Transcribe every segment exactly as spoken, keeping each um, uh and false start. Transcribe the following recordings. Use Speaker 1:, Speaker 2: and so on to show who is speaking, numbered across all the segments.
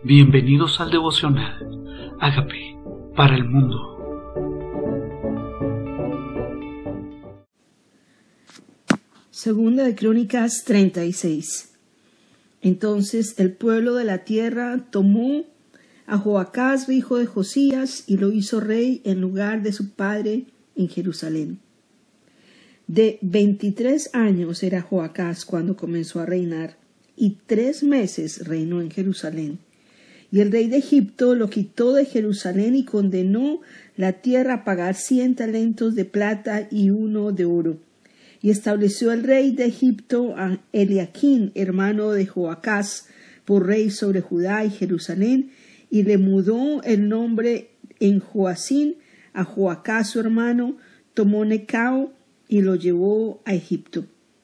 Speaker 1: Bienvenidos al devocional Ágape para el mundo.
Speaker 2: Segunda de Crónicas treinta y seis. Entonces el pueblo de la tierra tomó a Joacás, hijo de Josías, y lo hizo rey en lugar de su padre en Jerusalén. De veintitrés años era Joacás cuando comenzó a reinar, y tres meses reinó en Jerusalén. Y el rey de Egipto lo quitó de Jerusalén y condenó la tierra a pagar cien talentos de plata y uno de oro. Y estableció el rey de Egipto a Eliaquín, hermano de Joacás, por rey sobre Judá y Jerusalén, y le mudó el nombre en Joacín a Joacás su hermano, tomó Necao y lo llevó a Egipto.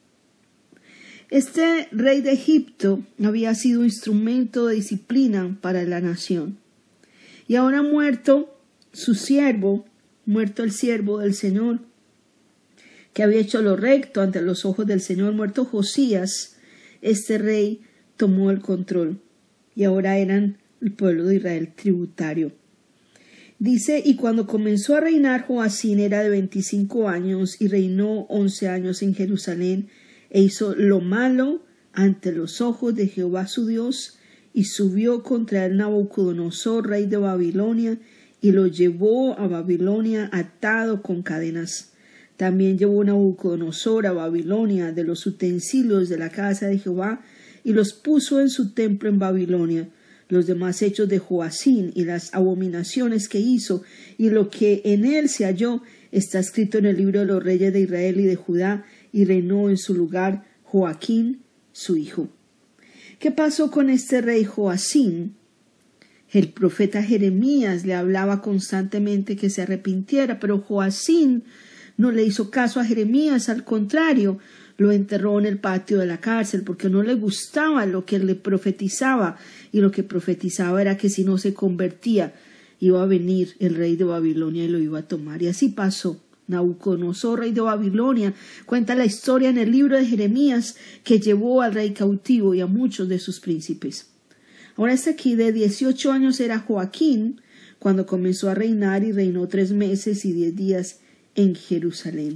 Speaker 2: Este rey de Egipto había sido instrumento de disciplina para la nación. Y ahora muerto su siervo, muerto el siervo del Señor, que había hecho lo recto ante los ojos del Señor, muerto Josías, este rey tomó el control. Y ahora eran el pueblo de Israel tributario. Dice, y cuando comenzó a reinar Joacín era de veinticinco años y reinó once años en Jerusalén, e hizo lo malo ante los ojos de Jehová su Dios, y subió contra el Nabucodonosor, rey de Babilonia, y lo llevó a Babilonia atado con cadenas. También llevó Nabucodonosor a Babilonia de los utensilios de la casa de Jehová, y los puso en su templo en Babilonia. Los demás hechos de Joacín y las abominaciones que hizo, y lo que en él se halló, está escrito en el libro de los reyes de Israel y de Judá, y reinó en su lugar Joaquín, su hijo. ¿Qué pasó con este rey Joacín? El profeta Jeremías le hablaba constantemente que se arrepintiera, pero Joacín no le hizo caso a Jeremías, al contrario, lo enterró en el patio de la cárcel porque no le gustaba lo que él le profetizaba, y lo que profetizaba era que si no se convertía iba a venir el rey de Babilonia y lo iba a tomar. Y así pasó. Nabucodonosor, rey de Babilonia, cuenta la historia en el libro de Jeremías, que llevó al rey cautivo y a muchos de sus príncipes. Ahora está aquí, de dieciocho años era Joaquín cuando comenzó a reinar, y reinó tres meses y diez días en Jerusalén.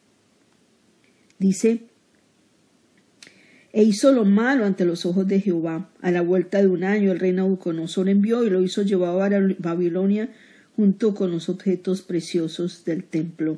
Speaker 2: Dice, e hizo lo malo ante los ojos de Jehová. A la vuelta de un año el rey Nabucodonosor envió y lo hizo llevar a Babilonia junto con los objetos preciosos del templo.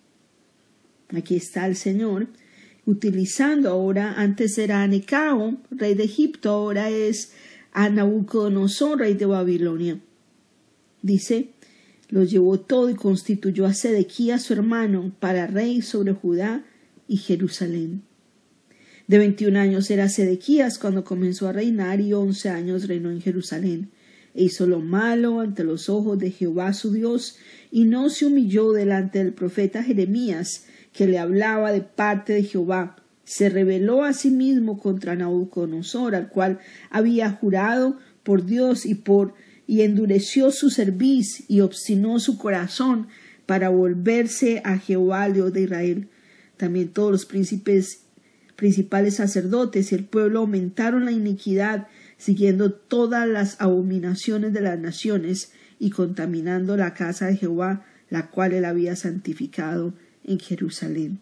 Speaker 2: Aquí está el Señor utilizando ahora, antes era a Necao, rey de Egipto, ahora es a Nabucodonosor, rey de Babilonia. Dice, lo llevó todo y constituyó a Sedequías su hermano para rey sobre Judá y Jerusalén. De veintiún años era Sedequías cuando comenzó a reinar, y once años reinó en Jerusalén. E hizo lo malo ante los ojos de Jehová su Dios, y no se humilló delante del profeta Jeremías, que le hablaba de parte de Jehová. Se rebeló a sí mismo contra Nabucodonosor, al cual había jurado por Dios, y por y endureció su cerviz y obstinó su corazón para volverse a Jehová, Dios de Israel. También todos los príncipes, principales sacerdotes y el pueblo aumentaron la iniquidad, siguiendo todas las abominaciones de las naciones y contaminando la casa de Jehová, la cual él había santificado en Jerusalén.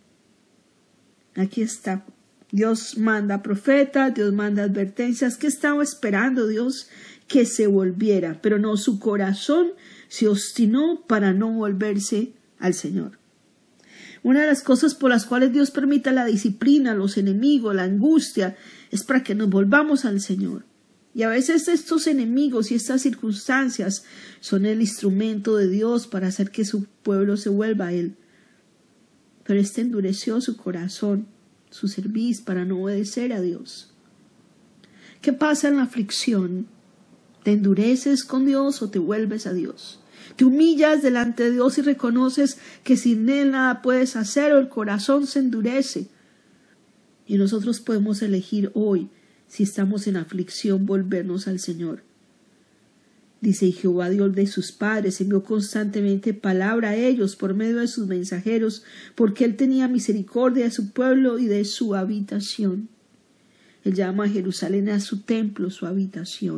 Speaker 2: Aquí está. Dios manda profetas, Dios manda advertencias. ¿Qué estaba esperando Dios? Que se volviera, pero no, su corazón se obstinó para no volverse al Señor. Una de las cosas por las cuales Dios permite la disciplina, los enemigos, la angustia, es para que nos volvamos al Señor. Y a veces estos enemigos y estas circunstancias son el instrumento de Dios para hacer que su pueblo se vuelva a Él. Pero éste endureció su corazón, su cerviz, para no obedecer a Dios. ¿Qué pasa en la aflicción? ¿Te endureces con Dios o te vuelves a Dios? ¿Te humillas delante de Dios y reconoces que sin Él nada puedes hacer, o el corazón se endurece? Y nosotros podemos elegir hoy, si estamos en aflicción, volvernos al Señor. Dice, y Jehová Dios de sus padres envió constantemente palabra a ellos por medio de sus mensajeros, porque Él tenía misericordia de su pueblo y de su habitación. Él llama a Jerusalén a su templo, su habitación.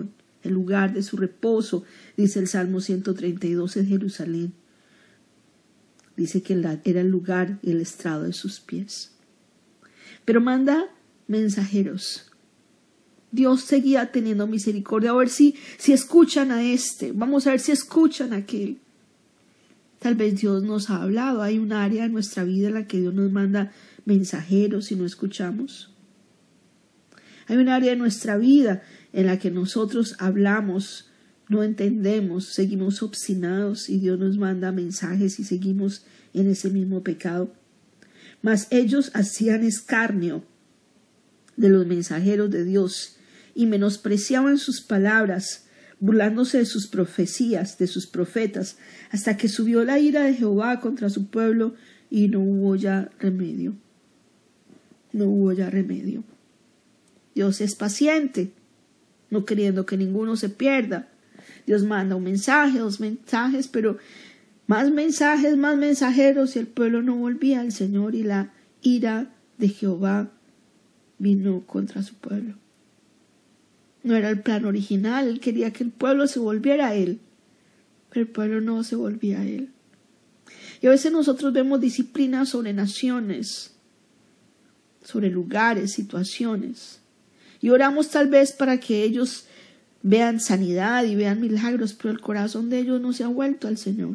Speaker 2: el lugar de su reposo, dice el Salmo ciento treinta y dos, en Jerusalén. Dice que era el lugar y el estrado de sus pies. Pero manda mensajeros. Dios seguía teniendo misericordia. A ver si, si escuchan a este. Vamos a ver si escuchan a aquel. Tal vez Dios nos ha hablado. Hay un área en nuestra vida en la que Dios nos manda mensajeros y no escuchamos. Hay un área en nuestra vida en la que nosotros hablamos, no entendemos, seguimos obstinados y Dios nos manda mensajes y seguimos en ese mismo pecado. Mas ellos hacían escarnio de los mensajeros de Dios y menospreciaban sus palabras, burlándose de sus profecías, de sus profetas, hasta que subió la ira de Jehová contra su pueblo y no hubo ya remedio. No hubo ya remedio. Dios es paciente, no queriendo que ninguno se pierda. Dios manda un mensaje, dos mensajes, pero más mensajes, más mensajeros, y el pueblo no volvía al Señor, y la ira de Jehová vino contra su pueblo. No era el plan original, él quería que el pueblo se volviera a él, pero el pueblo no se volvía a él. Y a veces nosotros vemos disciplinas sobre naciones, sobre lugares, situaciones, y oramos tal vez para que ellos vean sanidad y vean milagros, pero el corazón de ellos no se ha vuelto al Señor,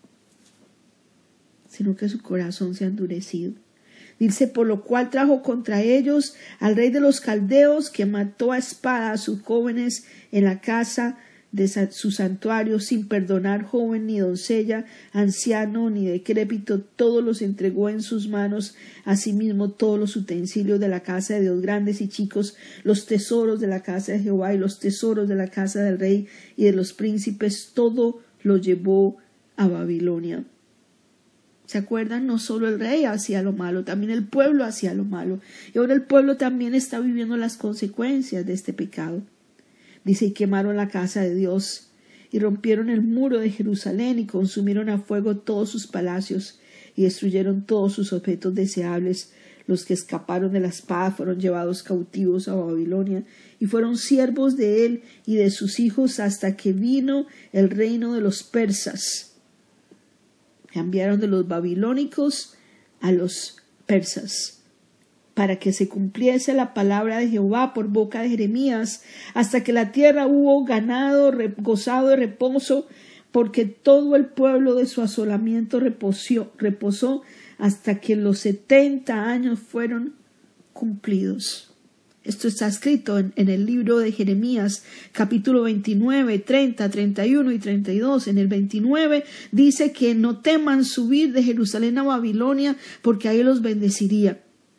Speaker 2: sino que su corazón se ha endurecido. Dice, por lo cual trajo contra ellos al rey de los caldeos, que mató a espada a sus jóvenes en la casa de su santuario, sin perdonar joven ni doncella, anciano ni decrépito, todos los entregó en sus manos, asimismo todos los utensilios de la casa de Dios, grandes y chicos, los tesoros de la casa de Jehová y los tesoros de la casa del rey y de los príncipes, todo lo llevó a Babilonia. ¿Se acuerdan? No solo el rey hacía lo malo, también el pueblo hacía lo malo. Y ahora el pueblo también está viviendo las consecuencias de este pecado. Dice, y quemaron la casa de Dios, y rompieron el muro de Jerusalén, y consumieron a fuego todos sus palacios, y destruyeron todos sus objetos deseables. Los que escaparon de la espada fueron llevados cautivos a Babilonia, y fueron siervos de él y de sus hijos hasta que vino el reino de los persas. Cambiaron de los babilónicos a los persas, para que se cumpliese la palabra de Jehová por boca de Jeremías, hasta que la tierra hubo ganado, gozado de reposo, porque todo el pueblo de su asolamiento reposó, reposó hasta que los setenta años fueron cumplidos. Esto está escrito en, en el libro de Jeremías, capítulo veintinueve, treinta, treinta y uno y treinta y dos. En el veintinueve dice que no teman subir de Jerusalén a Babilonia, porque ahí los bendeciría.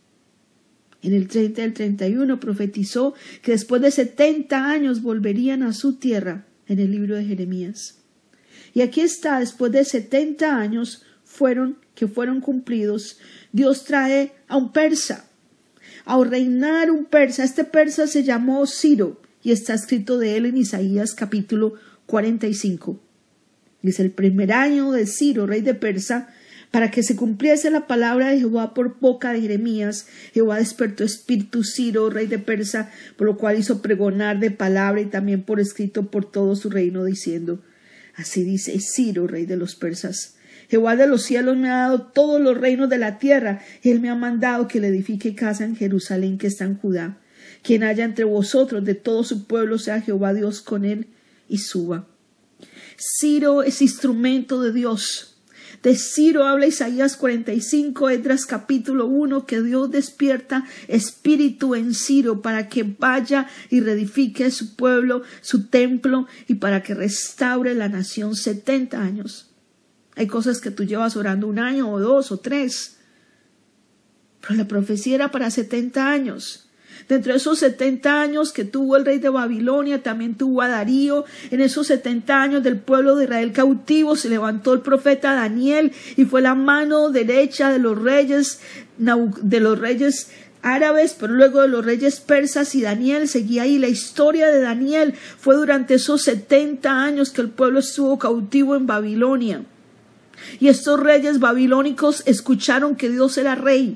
Speaker 2: En el treinta y el treinta y uno profetizó que después de setenta años volverían a su tierra, en el libro de Jeremías. Y aquí está, después de setenta años fueron, que fueron cumplidos, Dios trae a un persa, a reinar un persa. Este persa se llamó Ciro y está escrito de él en Isaías capítulo cuarenta y cinco. Dice, el primer año de Ciro, rey de Persa, para que se cumpliese la palabra de Jehová por boca de Jeremías, Jehová despertó espíritu Ciro, rey de Persa, por lo cual hizo pregonar de palabra y también por escrito por todo su reino, diciendo, así dice Ciro, rey de los persas, Jehová de los cielos me ha dado todos los reinos de la tierra, y él me ha mandado que le edifique casa en Jerusalén que está en Judá. Quien haya entre vosotros de todo su pueblo, sea Jehová Dios con él, y suba. Ciro es instrumento de Dios. De Ciro habla Isaías cuarenta y cinco, Esdras capítulo uno, que Dios despierta espíritu en Ciro para que vaya y reedifique su pueblo, su templo, y para que restaure la nación setenta años. Hay cosas que tú llevas orando un año o dos o tres, pero la profecía era para setenta años. Dentro de esos setenta años que tuvo el rey de Babilonia, también tuvo a Darío. En esos setenta años del pueblo de Israel cautivo se levantó el profeta Daniel y fue la mano derecha de los reyes, de los reyes árabes, pero luego de los reyes persas, y Daniel seguía ahí. La historia de Daniel fue durante esos setenta años que el pueblo estuvo cautivo en Babilonia. Y estos reyes babilónicos escucharon que Dios era rey,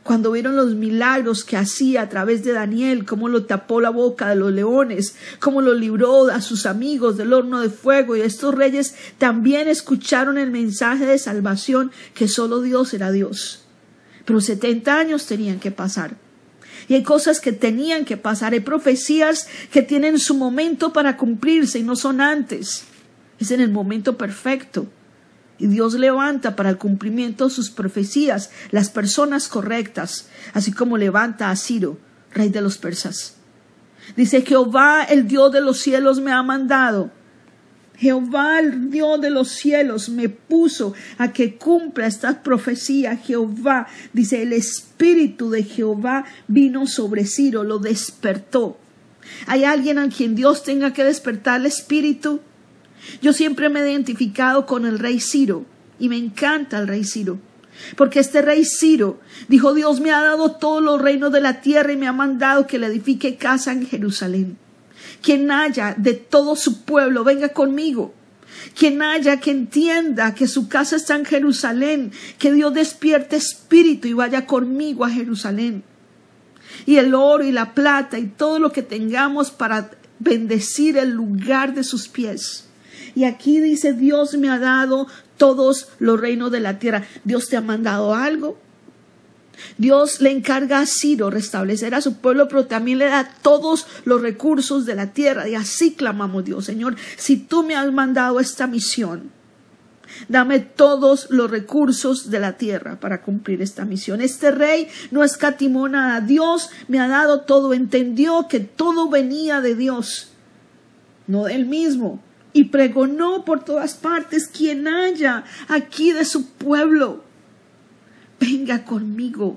Speaker 2: Cuando vieron los milagros que hacía a través de Daniel, cómo lo tapó la boca de los leones, cómo lo libró a sus amigos del horno de fuego, y estos reyes también escucharon el mensaje de salvación, que solo Dios era Dios. Pero setenta años tenían que pasar. Y hay cosas que tenían que pasar, hay profecías que tienen su momento para cumplirse y no son antes. Es en el momento perfecto. Y Dios levanta para el cumplimiento de sus profecías las personas correctas, así como levanta a Ciro, rey de los persas. Dice: Jehová, el Dios de los cielos, me ha mandado. Jehová, el Dios de los cielos, me puso a que cumpla esta profecía. Jehová, dice, el Espíritu de Jehová vino sobre Ciro, lo despertó. ¿Hay alguien a quien Dios tenga que despertar el Espíritu? Yo siempre me he identificado con el rey Ciro y me encanta el rey Ciro, porque este rey Ciro dijo: Dios me ha dado todos los reinos de la tierra y me ha mandado que le edifique casa en Jerusalén. Quien haya de todo su pueblo, venga conmigo. Quien haya que entienda que su casa está en Jerusalén, que Dios despierte espíritu y vaya conmigo a Jerusalén. Y el oro y la plata y todo lo que tengamos para bendecir el lugar de sus pies. Y aquí dice: Dios me ha dado todos los reinos de la tierra. ¿Dios te ha mandado algo? Dios le encarga a Ciro restablecer a su pueblo, pero también le da todos los recursos de la tierra. Y así clamamos: Dios, Señor, si tú me has mandado esta misión, dame todos los recursos de la tierra para cumplir esta misión. Este rey no escatimó nada. Dios me ha dado todo. Entendió que todo venía de Dios, no de él mismo. Y pregonó por todas partes: quien haya aquí de su pueblo, venga conmigo,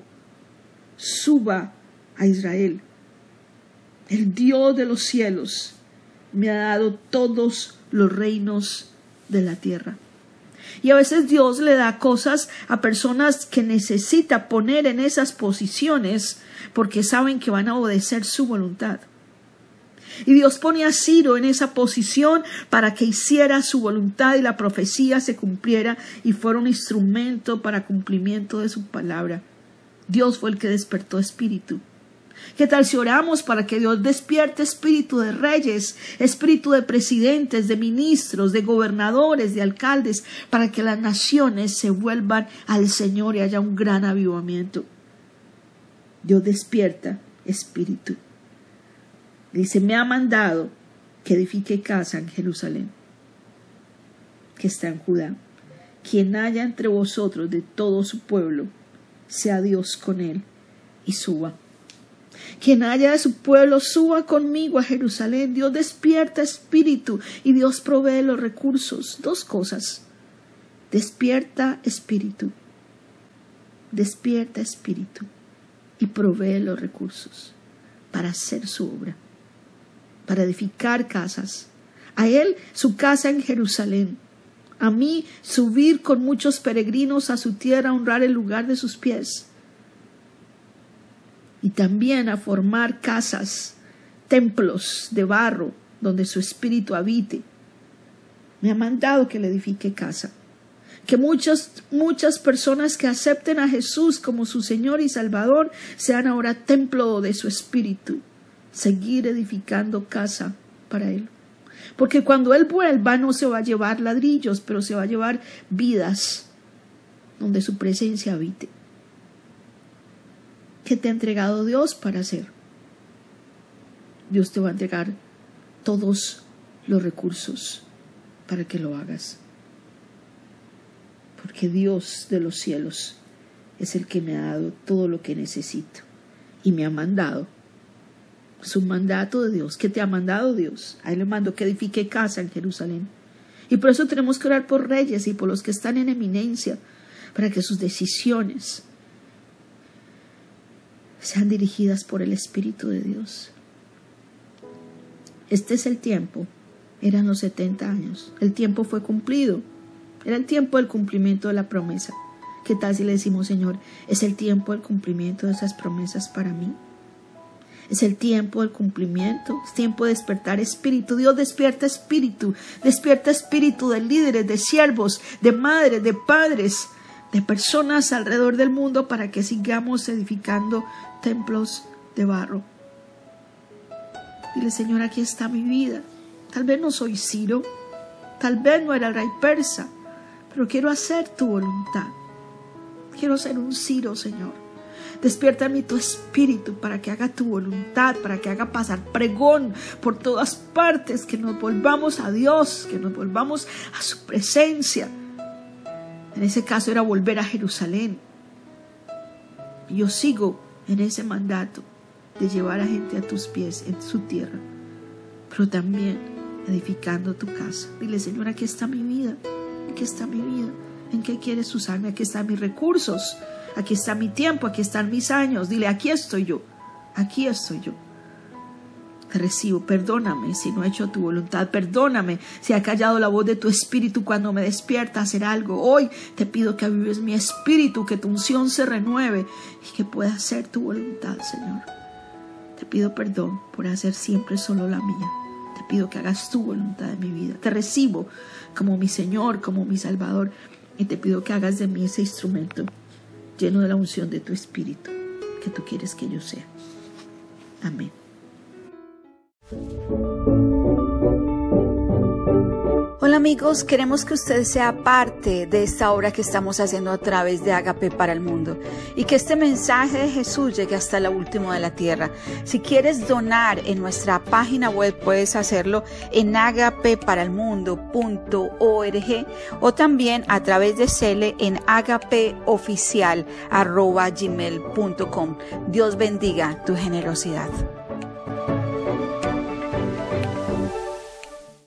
Speaker 2: suba a Israel. El Dios de los cielos me ha dado todos los reinos de la tierra. Y a veces Dios le da cosas a personas que necesita poner en esas posiciones porque saben que van a obedecer su voluntad. Y Dios pone a Ciro en esa posición para que hiciera su voluntad y la profecía se cumpliera y fuera un instrumento para cumplimiento de su palabra. Dios fue el que despertó espíritu. ¿Qué tal si oramos para que Dios despierte espíritu de reyes, espíritu de presidentes, de ministros, de gobernadores, de alcaldes, para que las naciones se vuelvan al Señor y haya un gran avivamiento? Dios despierta espíritu. Dice: me ha mandado que edifique casa en Jerusalén, que está en Judá. Quien haya entre vosotros de todo su pueblo, sea Dios con él y suba. Quien haya de su pueblo, suba conmigo a Jerusalén. Dios despierta espíritu y Dios provee los recursos. Dos cosas: despierta espíritu, despierta espíritu y provee los recursos para hacer su obra, para edificar casas. A él su casa en Jerusalén. A mí subir con muchos peregrinos a su tierra, a honrar el lugar de sus pies. Y también a formar casas, templos de barro, donde su espíritu habite. Me ha mandado que le edifique casa. Que muchas, muchas personas que acepten a Jesús como su Señor y Salvador sean ahora templo de su espíritu. Seguir edificando casa para Él. Porque cuando Él vuelva no se va a llevar ladrillos, pero se va a llevar vidas donde su presencia habite. ¿Qué te ha entregado Dios para hacer? Dios te va a entregar todos los recursos para que lo hagas. Porque Dios de los cielos es el que me ha dado todo lo que necesito y me ha mandado. Es un mandato de Dios. ¿Qué te ha mandado Dios? A Él le mandó que edifique casa en Jerusalén. Y por eso tenemos que orar por reyes y por los que están en eminencia, para que sus decisiones sean dirigidas por el Espíritu de Dios. Este es el tiempo. Eran los setenta años. El tiempo fue cumplido. Era el tiempo del cumplimiento de la promesa. ¿Qué tal si le decimos: Señor, es el tiempo del cumplimiento de esas promesas para mí? Es el tiempo del cumplimiento, es tiempo de despertar espíritu. Dios despierta espíritu, despierta espíritu de líderes, de siervos, de madres, de padres, de personas alrededor del mundo para que sigamos edificando templos de barro. Dile, Señor, aquí está mi vida. Tal vez no soy Ciro, tal vez no era el rey persa, pero quiero hacer tu voluntad. Quiero ser un Ciro, Señor. Despierta en mí tu espíritu para que haga tu voluntad, para que haga pasar pregón por todas partes, que nos volvamos a Dios, que nos volvamos a su presencia. En ese caso era volver a Jerusalén. Y yo sigo en ese mandato de llevar a gente a tus pies en su tierra, pero también edificando tu casa. Dile, Señor, aquí está mi vida, aquí está mi vida. ¿En qué quieres usarme? Aquí están mis recursos, aquí está mi tiempo, aquí están mis años. Dile, aquí estoy yo, aquí estoy yo. Te recibo, perdóname si no he hecho tu voluntad, perdóname si he callado la voz de tu espíritu cuando me despierta a hacer algo. Hoy te pido que avives mi espíritu, que tu unción se renueve y que pueda hacer tu voluntad, Señor. Te pido perdón por hacer siempre solo la mía. Te pido que hagas tu voluntad en mi vida. Te recibo como mi Señor, como mi Salvador. Y te pido que hagas de mí ese instrumento lleno de la unción de tu espíritu que tú quieres que yo sea. Amén.
Speaker 3: Hola amigos, queremos que usted sea parte de esta obra que estamos haciendo a través de Ágape para el mundo y que este mensaje de Jesús llegue hasta lo último de la tierra. Si quieres donar en nuestra página web, puedes hacerlo en agape para el mundo punto org o también a través de Cele en agapeoficial arroba gmail punto com. Dios bendiga tu generosidad.